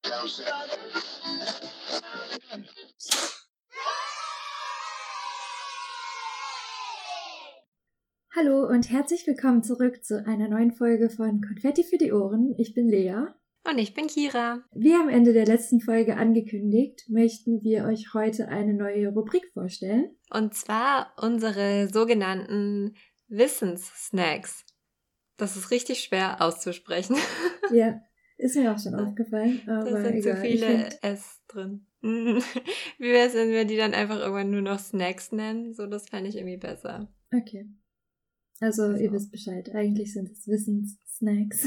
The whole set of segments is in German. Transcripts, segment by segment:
Hallo und herzlich willkommen zurück zu einer neuen Folge von Konfetti für die Ohren. Ich bin Lea. Und ich bin Kira. Wie am Ende der letzten Folge angekündigt, möchten wir euch heute eine neue Rubrik vorstellen. Und zwar unsere sogenannten Wissenssnacks. Das ist richtig schwer auszusprechen. Ja, ist mir auch schon aufgefallen. Aber da sind egal. so viele S drin. Wie wäre es, wenn wir die dann einfach irgendwann nur noch Snacks nennen? So, das fände ich irgendwie besser. Okay. Also, ihr wisst Bescheid. Eigentlich sind es Wissenssnacks.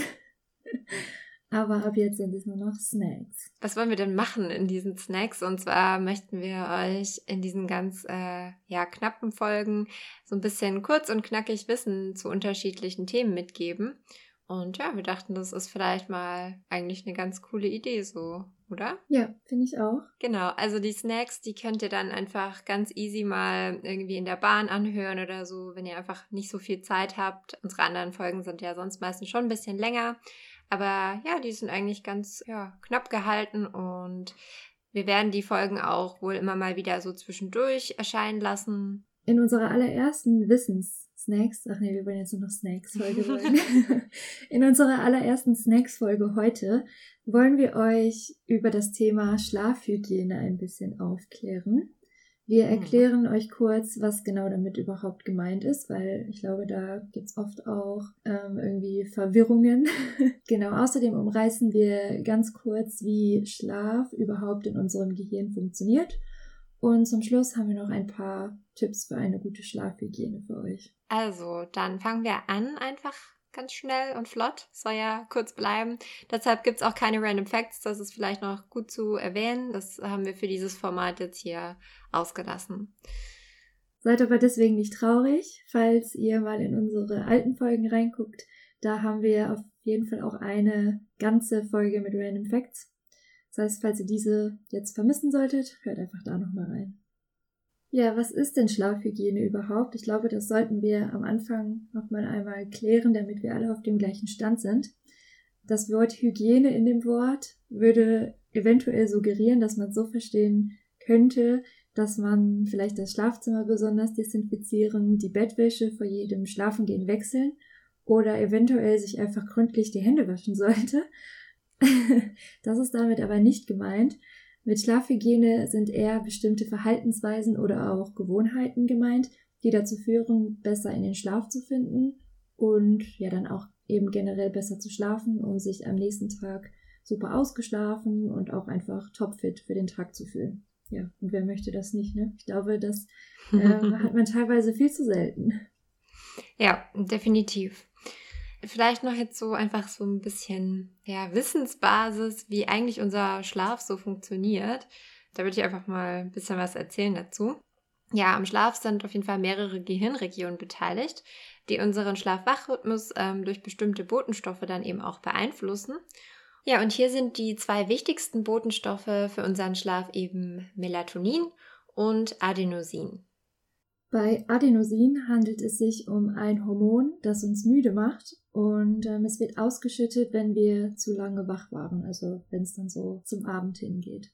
Aber ab jetzt sind es nur noch Snacks. Was wollen wir denn machen in diesen Snacks? Und zwar möchten wir euch in diesen ganz knappen Folgen so ein bisschen kurz und knackig Wissen zu unterschiedlichen Themen mitgeben. Und ja, wir dachten, das ist vielleicht mal eigentlich eine ganz coole Idee so, oder? Ja, finde ich auch. Genau, also die Snacks, die könnt ihr dann einfach ganz easy mal irgendwie in der Bahn anhören oder so, wenn ihr einfach nicht so viel Zeit habt. Unsere anderen Folgen sind ja sonst meistens schon ein bisschen länger. Aber ja, die sind eigentlich ganz knapp gehalten und wir werden die Folgen auch wohl immer mal wieder so zwischendurch erscheinen lassen. In unserer allerersten Wissenssnacks, wir wollen jetzt nur noch Snacks-Folge sagen. In unserer allerersten Snacks-Folge heute wollen wir euch über das Thema Schlafhygiene ein bisschen aufklären. Wir erklären euch kurz, was genau damit überhaupt gemeint ist, weil ich glaube, da gibt's oft auch irgendwie Verwirrungen. Genau, außerdem umreißen wir ganz kurz, wie Schlaf überhaupt in unserem Gehirn funktioniert. Und zum Schluss haben wir noch ein paar Tipps für eine gute Schlafhygiene für euch. Also, dann fangen wir an einfach ganz schnell und flott. Soll ja kurz bleiben. Deshalb gibt es auch keine Random Facts. Das ist vielleicht noch gut zu erwähnen. Das haben wir für dieses Format jetzt hier ausgelassen. Seid aber deswegen nicht traurig, falls ihr mal in unsere alten Folgen reinguckt. Da haben wir auf jeden Fall auch eine ganze Folge mit Random Facts. Das heißt, falls ihr diese jetzt vermissen solltet, hört einfach da nochmal rein. Ja, was ist denn Schlafhygiene überhaupt? Ich glaube, das sollten wir am Anfang nochmal einmal klären, damit wir alle auf dem gleichen Stand sind. Das Wort Hygiene in dem Wort würde eventuell suggerieren, dass man es so verstehen könnte, dass man vielleicht das Schlafzimmer besonders desinfizieren, die Bettwäsche vor jedem Schlafengehen wechseln oder eventuell sich einfach gründlich die Hände waschen sollte. Das ist damit aber nicht gemeint. Mit Schlafhygiene sind eher bestimmte Verhaltensweisen oder auch Gewohnheiten gemeint, die dazu führen, besser in den Schlaf zu finden und ja dann auch eben generell besser zu schlafen, um sich am nächsten Tag super ausgeschlafen und auch einfach topfit für den Tag zu fühlen. Ja, und wer möchte das nicht, ne? Ich glaube, das hat man teilweise viel zu selten. Ja, definitiv. Vielleicht noch jetzt so einfach so ein bisschen Wissensbasis, wie eigentlich unser Schlaf so funktioniert. Da würde ich einfach mal ein bisschen was erzählen dazu. Ja, am Schlaf sind auf jeden Fall mehrere Gehirnregionen beteiligt, die unseren Schlaf-Wach-Rhythmus durch bestimmte Botenstoffe dann eben auch beeinflussen. Ja, und hier sind die 2 wichtigsten Botenstoffe für unseren Schlaf eben Melatonin und Adenosin. Bei Adenosin handelt es sich um ein Hormon, das uns müde macht und es wird ausgeschüttet, wenn wir zu lange wach waren, also wenn es dann so zum Abend hingeht.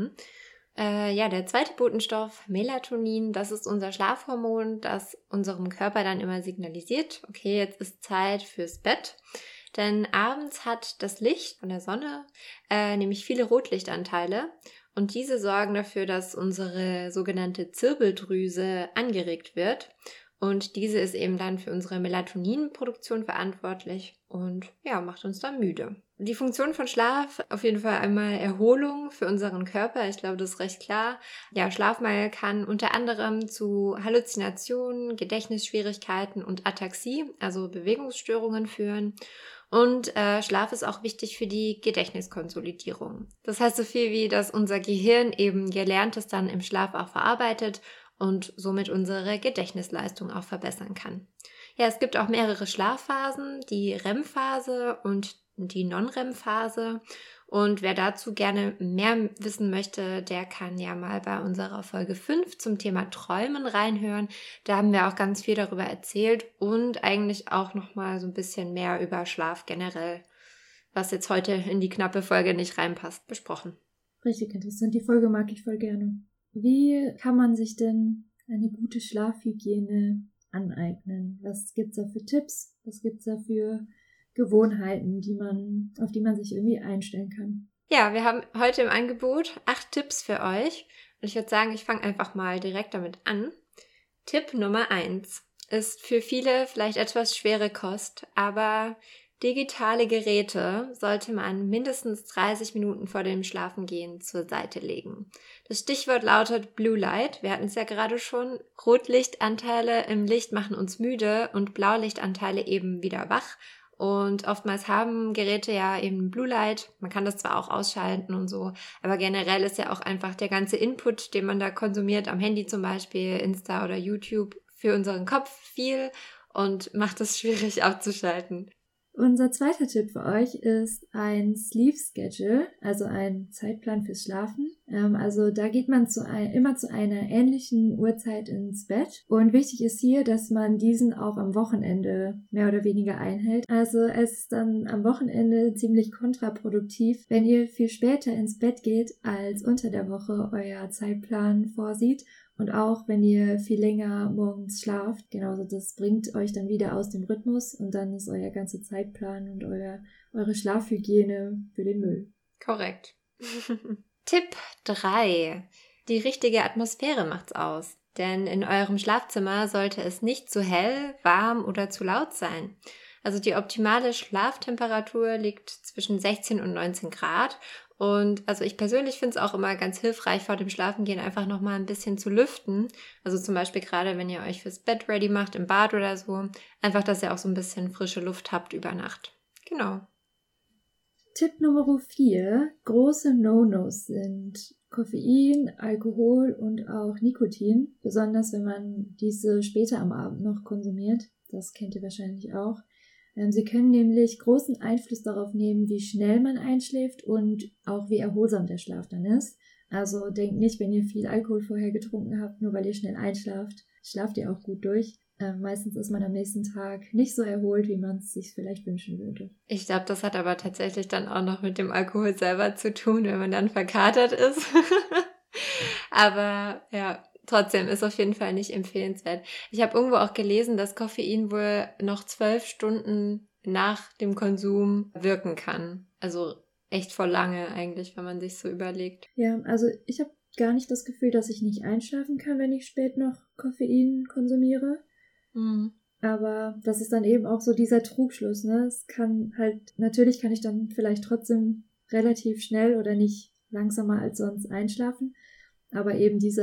Der zweite Botenstoff, Melatonin, das ist unser Schlafhormon, das unserem Körper dann immer signalisiert, okay, jetzt ist Zeit fürs Bett. Denn abends hat das Licht von der Sonne nämlich viele Rotlichtanteile und diese sorgen dafür, dass unsere sogenannte Zirbeldrüse angeregt wird und diese ist eben dann für unsere Melatoninproduktion verantwortlich und ja, macht uns dann müde. Die Funktion von Schlaf, auf jeden Fall einmal Erholung für unseren Körper, ich glaube, das ist recht klar. Ja, Schlafmangel kann unter anderem zu Halluzinationen, Gedächtnisschwierigkeiten und Ataxie, also Bewegungsstörungen führen. Und Schlaf ist auch wichtig für die Gedächtniskonsolidierung. Das heißt so viel wie, dass unser Gehirn eben Gelerntes dann im Schlaf auch verarbeitet und somit unsere Gedächtnisleistung auch verbessern kann. Ja, es gibt auch mehrere Schlafphasen, die REM-Phase und die Non-REM-Phase. Und wer dazu gerne mehr wissen möchte, der kann ja mal bei unserer Folge 5 zum Thema Träumen reinhören. Da haben wir auch ganz viel darüber erzählt und eigentlich auch nochmal so ein bisschen mehr über Schlaf generell was jetzt heute in die knappe Folge nicht reinpasst, besprochen. Richtig interessant. Die Folge mag ich voll gerne. Wie kann man sich denn eine gute Schlafhygiene aneignen? Was gibt's da für Tipps? Was gibt's da für Gewohnheiten, auf die man sich irgendwie einstellen kann? Ja, wir haben heute im Angebot 8 Tipps für euch. Und ich würde sagen, ich fange einfach mal direkt damit an. Tipp Nummer 1 ist für viele vielleicht etwas schwere Kost, aber digitale Geräte sollte man mindestens 30 Minuten vor dem Schlafengehen zur Seite legen. Das Stichwort lautet Blue Light. Wir hatten es ja gerade schon. Rotlichtanteile im Licht machen uns müde und Blaulichtanteile eben wieder wach. Und oftmals haben Geräte ja eben Blue Light. Man kann das zwar auch ausschalten und so, aber generell ist ja auch einfach der ganze Input, den man da konsumiert, am Handy zum Beispiel, Insta oder YouTube, für unseren Kopf viel und macht es schwierig abzuschalten. Unser zweiter Tipp für euch ist ein Sleep Schedule, also ein Zeitplan fürs Schlafen. Also da geht man immer zu einer ähnlichen Uhrzeit ins Bett. Und wichtig ist hier, dass man diesen auch am Wochenende mehr oder weniger einhält. Also es ist dann am Wochenende ziemlich kontraproduktiv, wenn ihr viel später ins Bett geht, als unter der Woche euer Zeitplan vorsieht. Und auch wenn ihr viel länger morgens schlaft, genauso, das bringt euch dann wieder aus dem Rhythmus und dann ist euer ganzer Zeitplan und eure Schlafhygiene für den Müll. Korrekt. Tipp 3. Die richtige Atmosphäre macht's aus. Denn in eurem Schlafzimmer sollte es nicht zu hell, warm oder zu laut sein. Also die optimale Schlaftemperatur liegt zwischen 16 und 19 Grad. Und also ich persönlich finde es auch immer ganz hilfreich, vor dem Schlafengehen einfach nochmal ein bisschen zu lüften. Also zum Beispiel gerade, wenn ihr euch fürs Bett ready macht, im Bad oder so. Einfach, dass ihr auch so ein bisschen frische Luft habt über Nacht. Genau. Tipp Nummer 4. Große No-Nos sind Koffein, Alkohol und auch Nikotin. Besonders wenn man diese später am Abend noch konsumiert. Das kennt ihr wahrscheinlich auch. Sie können nämlich großen Einfluss darauf nehmen, wie schnell man einschläft und auch wie erholsam der Schlaf dann ist. Also denkt nicht, wenn ihr viel Alkohol vorher getrunken habt, nur weil ihr schnell einschlaft, schlaft ihr auch gut durch. Meistens ist man am nächsten Tag nicht so erholt, wie man es sich vielleicht wünschen würde. Ich glaube, das hat aber tatsächlich dann auch noch mit dem Alkohol selber zu tun, wenn man dann verkatert ist. Aber ja, trotzdem ist auf jeden Fall nicht empfehlenswert. Ich habe irgendwo auch gelesen, dass Koffein wohl noch 12 Stunden nach dem Konsum wirken kann. Also echt voll lange eigentlich, wenn man sich so überlegt. Ja, also ich habe gar nicht das Gefühl, dass ich nicht einschlafen kann, wenn ich spät noch Koffein konsumiere. Mhm. Aber das ist dann eben auch so dieser Trugschluss, ne? Natürlich kann ich dann vielleicht trotzdem relativ schnell oder nicht langsamer als sonst einschlafen. Aber eben dieses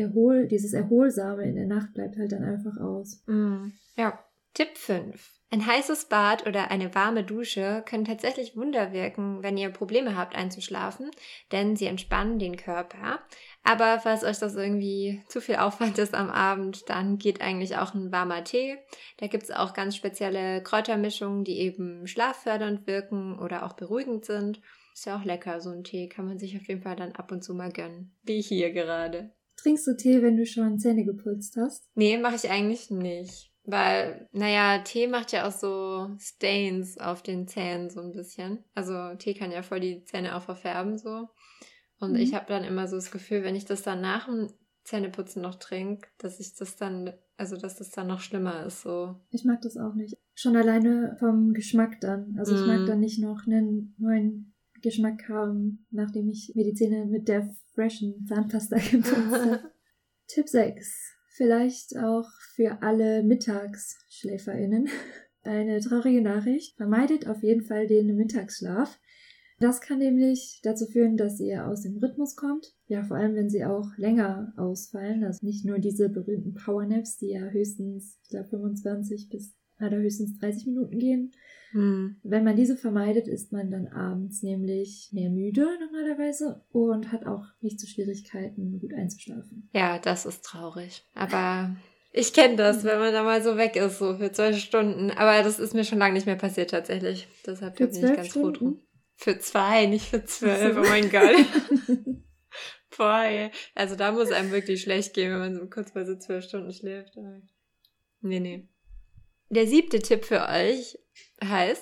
Erholsame in der Nacht bleibt halt dann einfach aus. Ja. Tipp 5. Ein heißes Bad oder eine warme Dusche können tatsächlich Wunder wirken, wenn ihr Probleme habt einzuschlafen, denn sie entspannen den Körper. Aber falls euch das irgendwie zu viel Aufwand ist am Abend, dann geht eigentlich auch ein warmer Tee. Da gibt es auch ganz spezielle Kräutermischungen, die eben schlaffördernd wirken oder auch beruhigend sind. Ist ja auch lecker, so ein Tee kann man sich auf jeden Fall dann ab und zu mal gönnen. Wie hier gerade. Trinkst du Tee, wenn du schon Zähne geputzt hast? Nee, mache ich eigentlich nicht. Weil, Tee macht ja auch so Stains auf den Zähnen so ein bisschen. Also Tee kann ja voll die Zähne auch verfärben so. Und ich habe dann immer so das Gefühl, wenn ich das dann nach dem Zähneputzen noch trinke, dass das dann noch schlimmer ist so. Ich mag das auch nicht. Schon alleine vom Geschmack dann. Also ich mag dann nicht noch einen neuen Geschmack haben, nachdem ich mir die Zähne mit der freshen Zahnpasta geputzt habe. Tipp 6. Vielleicht auch für alle MittagsschläferInnen eine traurige Nachricht. Vermeidet auf jeden Fall den Mittagsschlaf. Das kann nämlich dazu führen, dass ihr aus dem Rhythmus kommt. Ja, vor allem, wenn sie auch länger ausfallen. Also nicht nur diese berühmten Powernaps, die ja höchstens, ich glaube, 25 bis höchstens 30 Minuten gehen. Wenn man diese vermeidet, ist man dann abends nämlich mehr müde normalerweise und hat auch nicht so Schwierigkeiten, gut einzuschlafen. Ja, das ist traurig. Aber ich kenne das, wenn man da mal so weg ist, so für 2 Stunden. Aber das ist mir schon lange nicht mehr passiert tatsächlich. Deshalb bin ich ganz froh drum. Für 2, nicht für 12. Oh mein Gott. Boah, ey. Also da muss einem wirklich schlecht gehen, wenn man so kurz bei so 12 Stunden schläft. Nee. Der 7. Tipp für euch heißt,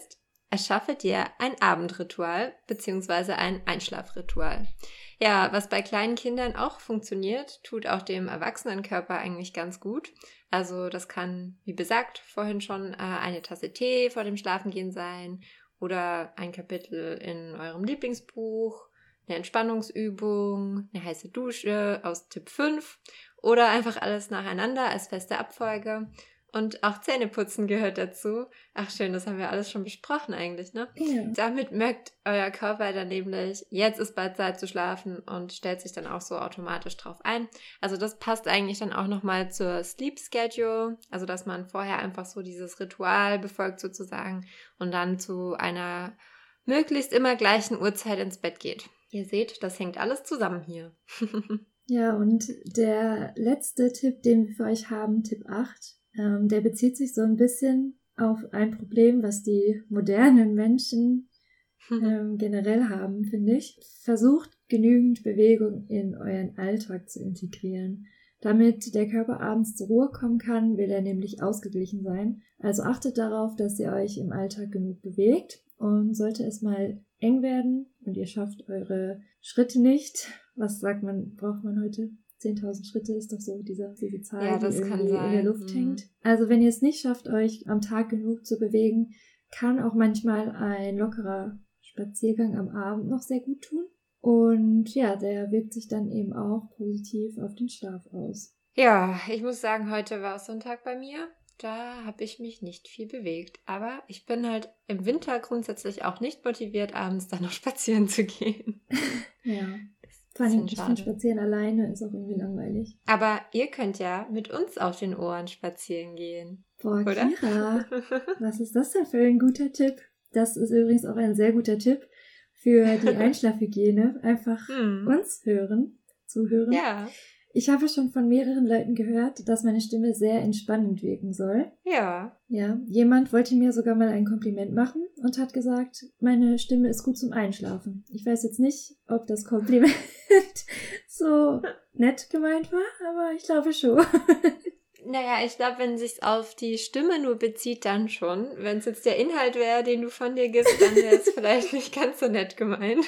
erschaffe dir ein Abendritual bzw. ein Einschlafritual. Ja, was bei kleinen Kindern auch funktioniert, tut auch dem Erwachsenenkörper eigentlich ganz gut. Also das kann, wie besagt, vorhin schon eine Tasse Tee vor dem Schlafengehen sein oder ein Kapitel in eurem Lieblingsbuch, eine Entspannungsübung, eine heiße Dusche aus Tipp 5 oder einfach alles nacheinander als feste Abfolge. Und auch Zähneputzen gehört dazu. Ach schön, das haben wir alles schon besprochen eigentlich, ne? Ja. Damit merkt euer Körper dann nämlich, jetzt ist bald Zeit zu schlafen und stellt sich dann auch so automatisch drauf ein. Also das passt eigentlich dann auch nochmal zur Sleep Schedule, also dass man vorher einfach so dieses Ritual befolgt sozusagen und dann zu einer möglichst immer gleichen Uhrzeit ins Bett geht. Ihr seht, das hängt alles zusammen hier. Ja, und der letzte Tipp, den wir für euch haben, Tipp 8, der bezieht sich so ein bisschen auf ein Problem, was die modernen Menschen generell haben, finde ich. Versucht, genügend Bewegung in euren Alltag zu integrieren. Damit der Körper abends zur Ruhe kommen kann, will er nämlich ausgeglichen sein. Also achtet darauf, dass ihr euch im Alltag genug bewegt. Und sollte es mal eng werden und ihr schafft eure Schritte nicht, was sagt man, braucht man heute? 10.000 Schritte ist doch so diese Zahl, ja, das die kann irgendwie in der Luft hängt. Also wenn ihr es nicht schafft, euch am Tag genug zu bewegen, kann auch manchmal ein lockerer Spaziergang am Abend noch sehr gut tun. Und ja, der wirkt sich dann eben auch positiv auf den Schlaf aus. Ja, ich muss sagen, heute war es so ein Tag bei mir. Da habe ich mich nicht viel bewegt. Aber ich bin halt im Winter grundsätzlich auch nicht motiviert, abends dann noch spazieren zu gehen. Ja. Vor allem, ich finde Spazieren alleine ist auch irgendwie langweilig. Aber ihr könnt ja mit uns auf den Ohren spazieren gehen. Boah, oder? Kira, was ist das denn für ein guter Tipp? Das ist übrigens auch ein sehr guter Tipp für die Einschlafhygiene. Einfach uns zuhören. Ja. Ich habe schon von mehreren Leuten gehört, dass meine Stimme sehr entspannend wirken soll. Ja. Ja, jemand wollte mir sogar mal ein Kompliment machen und hat gesagt, meine Stimme ist gut zum Einschlafen. Ich weiß jetzt nicht, ob das Kompliment so nett gemeint war, aber ich glaube schon. Naja, ich glaube, wenn es sich auf die Stimme nur bezieht, dann schon. Wenn es jetzt der Inhalt wäre, den du von dir gibst, dann wäre es vielleicht nicht ganz so nett gemeint.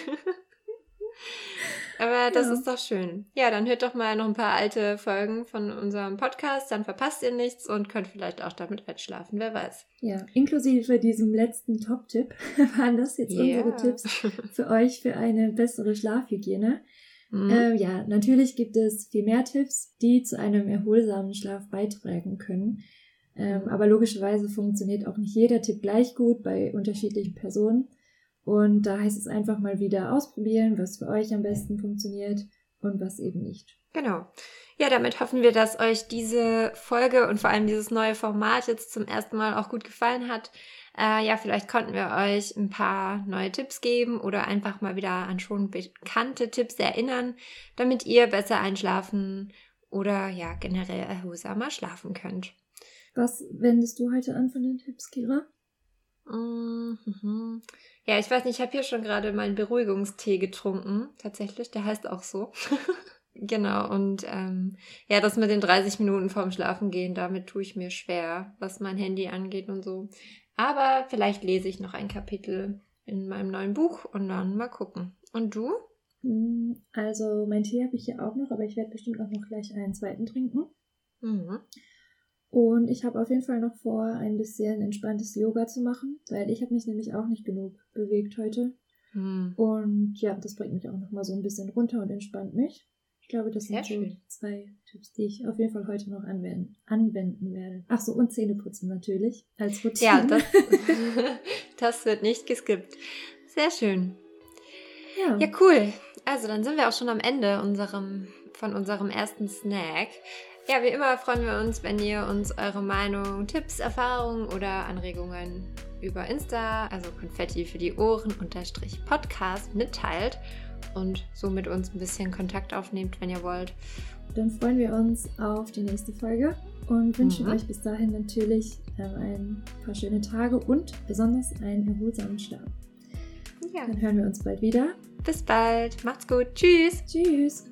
Aber das ist doch schön. Ja, dann hört doch mal noch ein paar alte Folgen von unserem Podcast, dann verpasst ihr nichts und könnt vielleicht auch damit einschlafen, wer weiß. Ja, inklusive diesem letzten Top-Tipp waren das jetzt unsere Tipps für euch für eine bessere Schlafhygiene. Ja, natürlich gibt es viel mehr Tipps, die zu einem erholsamen Schlaf beitragen können. Aber logischerweise funktioniert auch nicht jeder Tipp gleich gut bei unterschiedlichen Personen. Und da heißt es einfach mal wieder ausprobieren, was für euch am besten funktioniert und was eben nicht. Genau. Ja, damit hoffen wir, dass euch diese Folge und vor allem dieses neue Format jetzt zum ersten Mal auch gut gefallen hat. Ja, vielleicht konnten wir euch ein paar neue Tipps geben oder einfach mal wieder an schon bekannte Tipps erinnern, damit ihr besser einschlafen oder ja generell erholsamer schlafen könnt. Was wendest du heute an von den Tipps, Kira? Ja, ich weiß nicht, ich habe hier schon gerade meinen Beruhigungstee getrunken, tatsächlich, der heißt auch so. Genau, und ja, das mit den 30 Minuten vorm Schlafengehen, damit tue ich mir schwer, was mein Handy angeht und so. Aber vielleicht lese ich noch ein Kapitel in meinem neuen Buch und dann mal gucken. Und du? Also, mein Tee habe ich hier auch noch, aber ich werde bestimmt auch noch gleich einen zweiten trinken. Und ich habe auf jeden Fall noch vor, ein bisschen entspanntes Yoga zu machen, weil ich habe mich nämlich auch nicht genug bewegt heute. Und ja, das bringt mich auch noch mal so ein bisschen runter und entspannt mich. Ich glaube, das sind so 2 Tipps, die ich auf jeden Fall heute noch anwenden werde. Ach so, und Zähneputzen natürlich als Routine. Ja, das wird nicht geskippt. Sehr schön. Ja, cool. Also dann sind wir auch schon am Ende von unserem ersten Snack. Ja, wie immer freuen wir uns, wenn ihr uns eure Meinung, Tipps, Erfahrungen oder Anregungen über Insta, also Konfetti für die Ohren _Podcast mitteilt und so mit uns ein bisschen Kontakt aufnehmt, wenn ihr wollt. Dann freuen wir uns auf die nächste Folge und wünschen euch bis dahin natürlich ein paar schöne Tage und besonders einen erholsamen Schlaf. Ja. Dann hören wir uns bald wieder. Bis bald. Macht's gut. Tschüss. Tschüss.